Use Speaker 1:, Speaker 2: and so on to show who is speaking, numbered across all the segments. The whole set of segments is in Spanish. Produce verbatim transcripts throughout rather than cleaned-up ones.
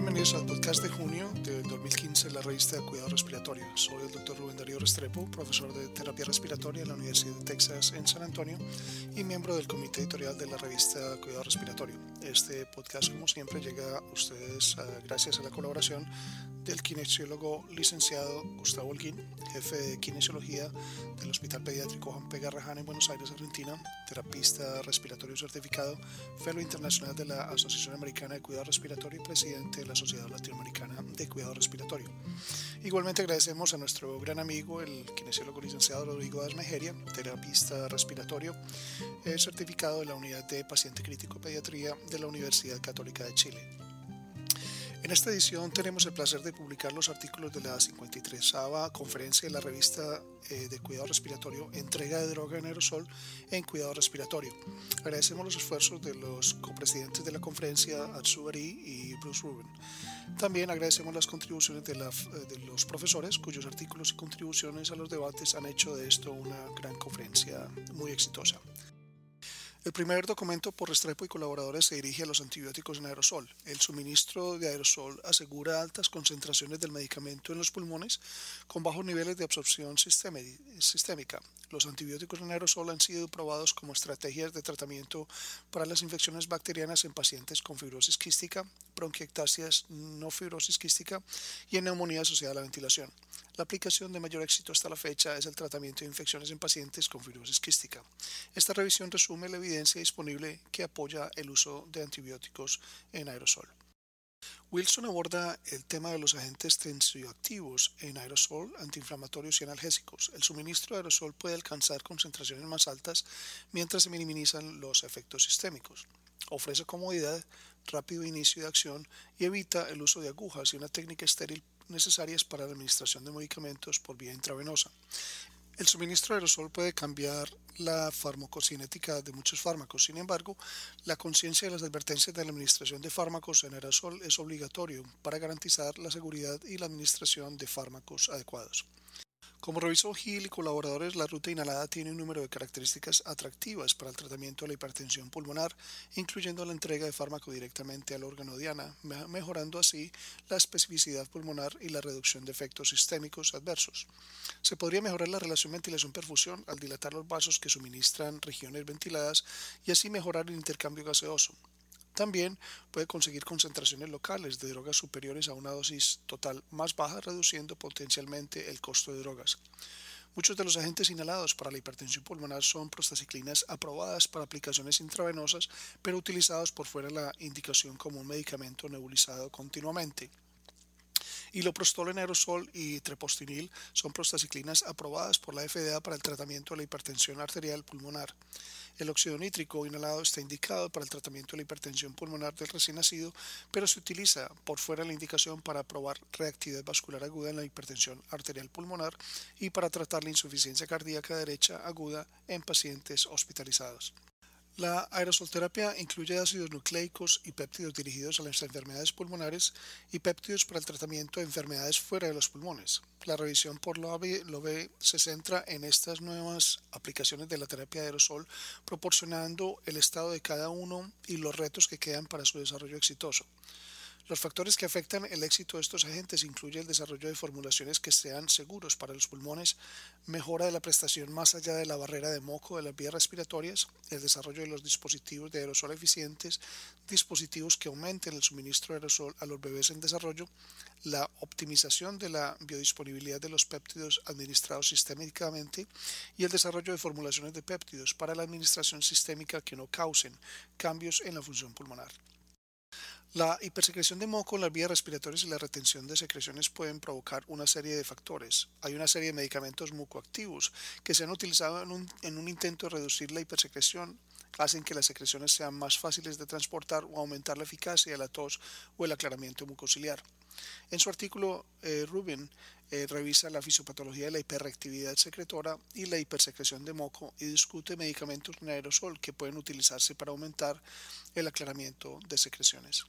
Speaker 1: Bienvenidos al podcast de junio del dos mil quince de la revista de Cuidado Respiratorio. Soy el doctor Rubén Darío Restrepo, profesor de terapia respiratoria en la Universidad de Texas en San Antonio y miembro del comité editorial de la revista Cuidado Respiratorio. Este podcast, como siempre, llega a ustedes uh, gracias a la colaboración del kinesiólogo licenciado Gustavo Holguín, jefe de kinesiología del Hospital Pediátrico Juan P. Garrahan en Buenos Aires, Argentina, terapista respiratorio certificado, fellow internacional de la Asociación Americana de Cuidado Respiratorio y presidente de la Sociedad Latinoamericana de Cuidado Respiratorio. Igualmente agradecemos a nuestro gran amigo, el kinesiólogo licenciado Rodrigo Dasmejeria, terapista respiratorio, eh, certificado de la Unidad de Paciente Crítico Pediatría de la Universidad Católica de Chile. En esta edición tenemos el placer de publicar los artículos de la cincuenta y tercera conferencia de la revista eh, de Cuidado Respiratorio, entrega de droga en aerosol en Cuidado Respiratorio. Agradecemos los esfuerzos de los copresidentes de la conferencia, Atsu Ari y Bruce Rubin. También agradecemos las contribuciones de, la, de los profesores, cuyos artículos y contribuciones a los debates han hecho de esto una gran conferencia muy exitosa. El primer documento por Restrepo y colaboradores se dirige a los antibióticos en aerosol. El suministro de aerosol asegura altas concentraciones del medicamento en los pulmones con bajos niveles de absorción sistémica. Los antibióticos en aerosol han sido probados como estrategias de tratamiento para las infecciones bacterianas en pacientes con fibrosis quística, bronquiectasias no fibrosis quística y en neumonía asociada a la ventilación. La aplicación de mayor éxito hasta la fecha es el tratamiento de infecciones en pacientes con fibrosis quística. Esta revisión resume la evidencia disponible que apoya el uso de antibióticos en aerosol. Wilson aborda el tema de los agentes tensioactivos en aerosol, antiinflamatorios y analgésicos. El suministro de aerosol puede alcanzar concentraciones más altas mientras se minimizan los efectos sistémicos. Ofrece comodidad, rápido inicio de acción y evita el uso de agujas y una técnica estéril necesarias para la administración de medicamentos por vía intravenosa. El suministro de aerosol puede cambiar la farmacocinética de muchos fármacos. Sin embargo, la conciencia de las advertencias de la administración de fármacos en aerosol es obligatorio para garantizar la seguridad y la administración de fármacos adecuados. Como revisó Hill y colaboradores, la ruta inhalada tiene un número de características atractivas para el tratamiento de la hipertensión pulmonar, incluyendo la entrega de fármaco directamente al órgano diana, mejorando así la especificidad pulmonar y la reducción de efectos sistémicos adversos. Se podría mejorar la relación ventilación-perfusión al dilatar los vasos que suministran regiones ventiladas y así mejorar el intercambio gaseoso. También puede conseguir concentraciones locales de drogas superiores a una dosis total más baja, reduciendo potencialmente el costo de drogas. Muchos de los agentes inhalados para la hipertensión pulmonar son prostaciclinas aprobadas para aplicaciones intravenosas, pero utilizados por fuera de la indicación como un medicamento nebulizado continuamente. Iloprostol en aerosol y treprostinil son prostaciclinas aprobadas por la F D A para el tratamiento de la hipertensión arterial pulmonar. El óxido nítrico inhalado está indicado para el tratamiento de la hipertensión pulmonar del recién nacido, pero se utiliza por fuera de la indicación para probar reactividad vascular aguda en la hipertensión arterial pulmonar y para tratar la insuficiencia cardíaca derecha aguda en pacientes hospitalizados. La aerosolterapia incluye ácidos nucleicos y péptidos dirigidos a las enfermedades pulmonares y péptidos para el tratamiento de enfermedades fuera de los pulmones. La revisión por Lobe se centra en estas nuevas aplicaciones de la terapia de aerosol, proporcionando el estado de cada uno y los retos que quedan para su desarrollo exitoso. Los factores que afectan el éxito de estos agentes incluyen el desarrollo de formulaciones que sean seguros para los pulmones, mejora de la prestación más allá de la barrera de moco de las vías respiratorias, el desarrollo de los dispositivos de aerosol eficientes, dispositivos que aumenten el suministro de aerosol a los bebés en desarrollo, la optimización de la biodisponibilidad de los péptidos administrados sistémicamente y el desarrollo de formulaciones de péptidos para la administración sistémica que no causen cambios en la función pulmonar. La hipersecreción de moco en las vías respiratorias y la retención de secreciones pueden provocar una serie de factores. Hay una serie de medicamentos mucoactivos que se han utilizado en un, en un intento de reducir la hipersecreción, hacen que las secreciones sean más fáciles de transportar o aumentar la eficacia de la tos o el aclaramiento mucociliar. En su artículo, eh, Rubin eh, revisa la fisiopatología de la hiperreactividad secretora y la hipersecreción de moco y discute medicamentos en aerosol que pueden utilizarse para aumentar el aclaramiento de secreciones.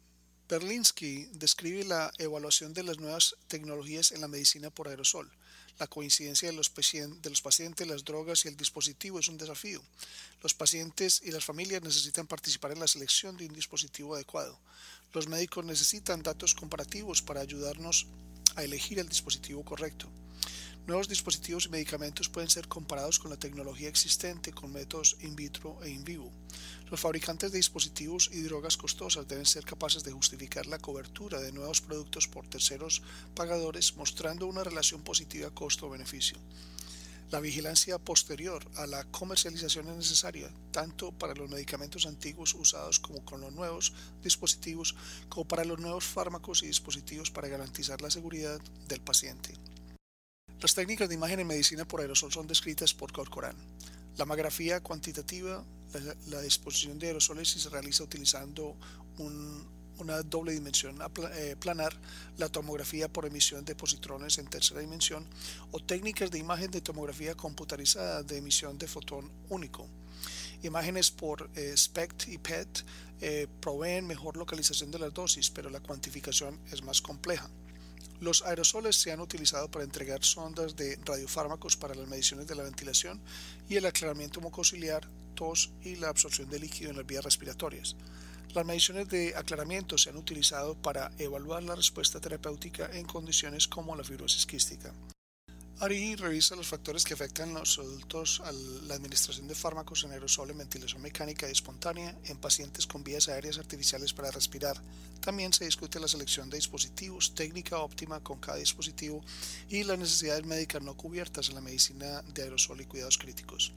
Speaker 1: Berlinski describe la evaluación de las nuevas tecnologías en la medicina por aerosol. La coincidencia de los, de los pacientes, las drogas y el dispositivo es un desafío. Los pacientes y las familias necesitan participar en la selección de un dispositivo adecuado. Los médicos necesitan datos comparativos para ayudarnos a elegir el dispositivo correcto. Nuevos dispositivos y medicamentos pueden ser comparados con la tecnología existente con métodos in vitro e in vivo. Los fabricantes de dispositivos y drogas costosas deben ser capaces de justificar la cobertura de nuevos productos por terceros pagadores, mostrando una relación positiva costo-beneficio. La vigilancia posterior a la comercialización es necesaria, tanto para los medicamentos antiguos usados como con los nuevos dispositivos, como para los nuevos fármacos y dispositivos para garantizar la seguridad del paciente. Las técnicas de imagen en medicina por aerosol son descritas por Corcoran. La mamografía cuantitativa, la, la disposición de aerosoles si se realiza utilizando un, una doble dimensión eh, planar, la tomografía por emisión de positrones en tercera dimensión o técnicas de imagen de tomografía computarizada de emisión de fotón único. Imágenes por eh, S P E C T y P E T eh, proveen mejor localización de las dosis, pero la cuantificación es más compleja. Los aerosoles se han utilizado para entregar sondas de radiofármacos para las mediciones de la ventilación y el aclaramiento mucociliar, tos y la absorción de líquido en las vías respiratorias. Las mediciones de aclaramiento se han utilizado para evaluar la respuesta terapéutica en condiciones como la fibrosis quística. R I revisa los factores que afectan a los adultos a la administración de fármacos en aerosol en ventilación mecánica y espontánea en pacientes con vías aéreas artificiales para respirar. También se discute la selección de dispositivos, técnica óptima con cada dispositivo y las necesidades médicas no cubiertas en la medicina de aerosol y cuidados críticos.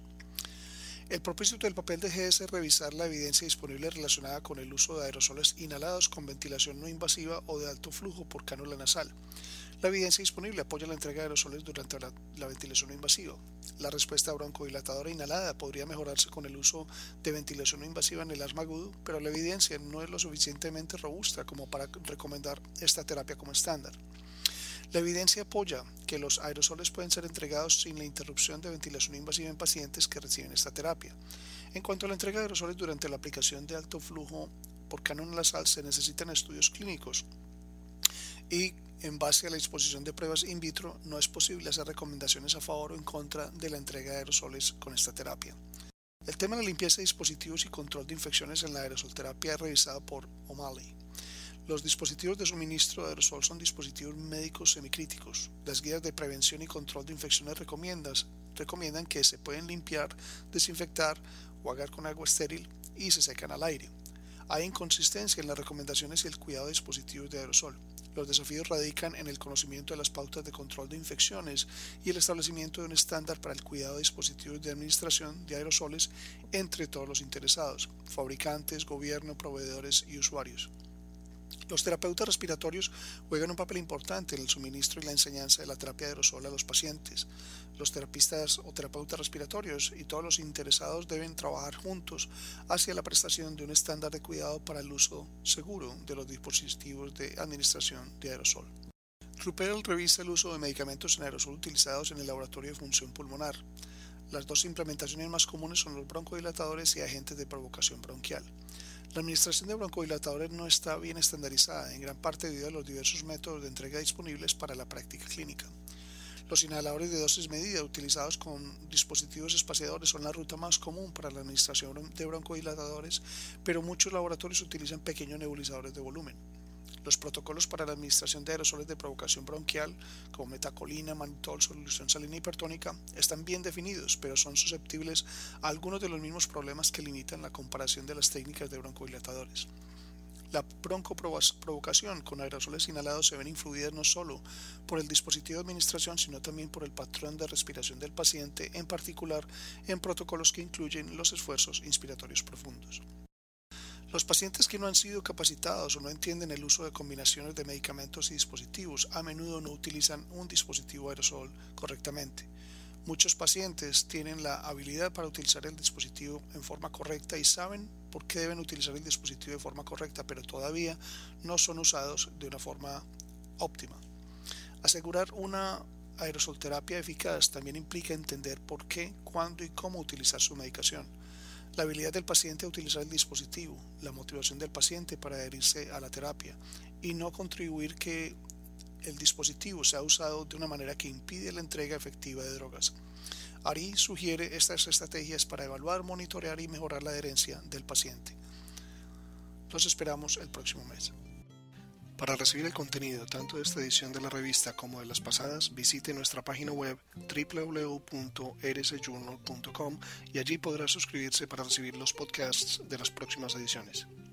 Speaker 1: El propósito del papel de G S es revisar la evidencia disponible relacionada con el uso de aerosoles inhalados con ventilación no invasiva o de alto flujo por cánula nasal. La evidencia disponible apoya la entrega de aerosoles durante la, la ventilación no invasiva. La respuesta broncodilatadora inhalada podría mejorarse con el uso de ventilación no invasiva en el asma agudo, pero la evidencia no es lo suficientemente robusta como para recomendar esta terapia como estándar. La evidencia apoya que los aerosoles pueden ser entregados sin la interrupción de ventilación invasiva en pacientes que reciben esta terapia. En cuanto a la entrega de aerosoles durante la aplicación de alto flujo por cánula nasal, se necesitan estudios clínicos y en base a la disposición de pruebas in vitro no es posible hacer recomendaciones a favor o en contra de la entrega de aerosoles con esta terapia. El tema de la limpieza de dispositivos y control de infecciones en la aerosolterapia es revisado por O'Malley. Los dispositivos de suministro de aerosol son dispositivos médicos semicríticos. Las guías de prevención y control de infecciones recomiendan, recomiendan que se pueden limpiar, desinfectar o agar con agua estéril y se secan al aire. Hay inconsistencia en las recomendaciones y el cuidado de dispositivos de aerosol. Los desafíos radican en el conocimiento de las pautas de control de infecciones y el establecimiento de un estándar para el cuidado de dispositivos de administración de aerosoles entre todos los interesados, fabricantes, gobierno, proveedores y usuarios. Los terapeutas respiratorios juegan un papel importante en el suministro y la enseñanza de la terapia de aerosol a los pacientes. Los terapistas o terapeutas respiratorios y todos los interesados deben trabajar juntos hacia la prestación de un estándar de cuidado para el uso seguro de los dispositivos de administración de aerosol. Ruppel revisa el uso de medicamentos en aerosol utilizados en el laboratorio de función pulmonar. Las dos implementaciones más comunes son los broncodilatadores y agentes de provocación bronquial. La administración de broncodilatadores no está bien estandarizada, en gran parte debido a los diversos métodos de entrega disponibles para la práctica clínica. Los inhaladores de dosis medida utilizados con dispositivos espaciadores son la ruta más común para la administración de broncodilatadores, pero muchos laboratorios utilizan pequeños nebulizadores de volumen. Los protocolos para la administración de aerosoles de provocación bronquial, como metacolina, mannitol, solución salina hipertónica, están bien definidos, pero son susceptibles a algunos de los mismos problemas que limitan la comparación de las técnicas de broncodilatadores. La broncoprovocación con aerosoles inhalados se ven influidas no solo por el dispositivo de administración, sino también por el patrón de respiración del paciente, en particular en protocolos que incluyen los esfuerzos inspiratorios profundos. Los pacientes que no han sido capacitados o no entienden el uso de combinaciones de medicamentos y dispositivos a menudo no utilizan un dispositivo aerosol correctamente. Muchos pacientes tienen la habilidad para utilizar el dispositivo en forma correcta y saben por qué deben utilizar el dispositivo de forma correcta, pero todavía no son usados de una forma óptima. Asegurar una aerosolterapia eficaz también implica entender por qué, cuándo y cómo utilizar su medicación. La habilidad del paciente a utilizar el dispositivo, la motivación del paciente para adherirse a la terapia y no contribuir que el dispositivo se ha usado de una manera que impide la entrega efectiva de drogas. Ari sugiere estas estrategias para evaluar, monitorear y mejorar la adherencia del paciente. Los esperamos el próximo mes. Para recibir el contenido tanto de esta edición de la revista como de las pasadas, visite nuestra página web doble u doble u doble u punto r s journal punto com y allí podrá suscribirse para recibir los podcasts de las próximas ediciones.